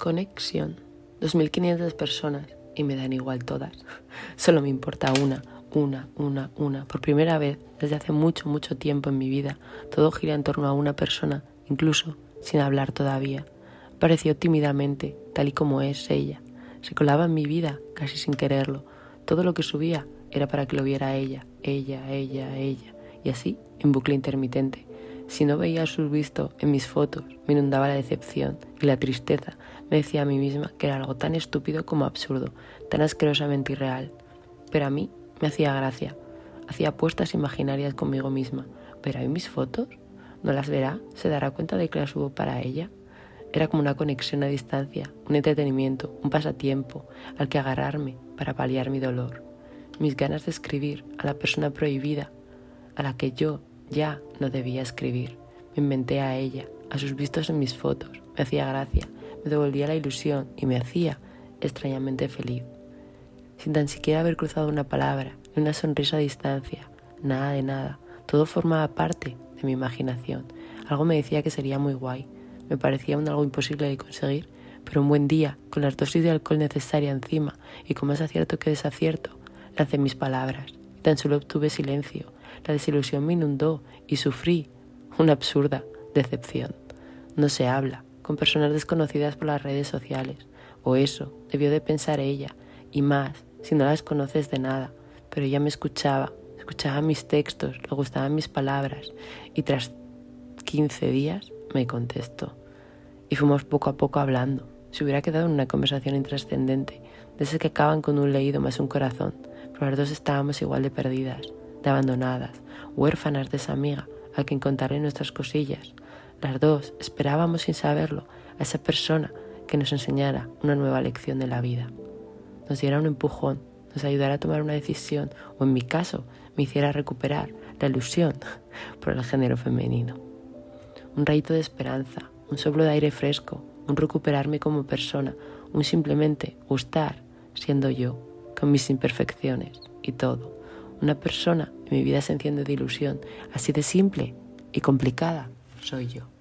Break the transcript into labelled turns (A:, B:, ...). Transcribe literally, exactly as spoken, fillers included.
A: Conexión. dos mil quinientas personas y me dan igual todas. Solo me importa una, una, una, una. Por primera vez, desde hace mucho, mucho tiempo en mi vida, todo gira en torno a una persona, incluso sin hablar todavía. Apareció tímidamente, tal y como es ella. Se colaba en mi vida, casi sin quererlo. Todo lo que subía era para que lo viera ella, ella, ella, ella. Y así, en bucle intermitente. Si no veía su visto en mis fotos, me inundaba la decepción y la tristeza. Me decía a mí misma que era algo tan estúpido como absurdo, tan asquerosamente irreal. Pero a mí me hacía gracia. Hacía apuestas imaginarias conmigo misma. ¿Verá hoy mis fotos? ¿No las verá? ¿Se dará cuenta de que las subo para ella? Era como una conexión a distancia, un entretenimiento, un pasatiempo al que agarrarme para paliar mi dolor. Mis ganas de escribir a la persona prohibida, a la que yo ya no debía escribir. Me inventé a ella, a sus vistos en mis fotos. Me hacía gracia, me devolvía la ilusión y me hacía extrañamente feliz. Sin tan siquiera haber cruzado una palabra, ni una sonrisa a distancia, nada de nada. Todo formaba parte de mi imaginación. Algo me decía que sería muy guay. Me parecía un algo imposible de conseguir, pero un buen día, con las dosis de alcohol necesaria encima y con más acierto que desacierto, lancé mis palabras y tan solo obtuve silencio. La desilusión me inundó y sufrí una absurda decepción. No se habla con personas desconocidas por las redes sociales, o eso debió de pensar ella, y más si no las conoces de nada. Pero ella me escuchaba, escuchaba mis textos, le gustaban mis palabras, y tras quince días me contestó. Y fuimos poco a poco hablando. Se hubiera quedado en una conversación intrascendente, de esas que acaban con un leído más un corazón, pero las dos estábamos igual de perdidas, de abandonadas, huérfanas de esa amiga a quien contarle nuestras cosillas. Las dos esperábamos sin saberlo a esa persona que nos enseñara una nueva lección de la vida. Nos diera un empujón, nos ayudara a tomar una decisión o, en mi caso, me hiciera recuperar la ilusión por el género femenino. Un rayito de esperanza, un soplo de aire fresco, un recuperarme como persona, un simplemente gustar siendo yo, con mis imperfecciones y todo. Una persona en mi vida se enciende de ilusión, así de simple y complicada soy yo.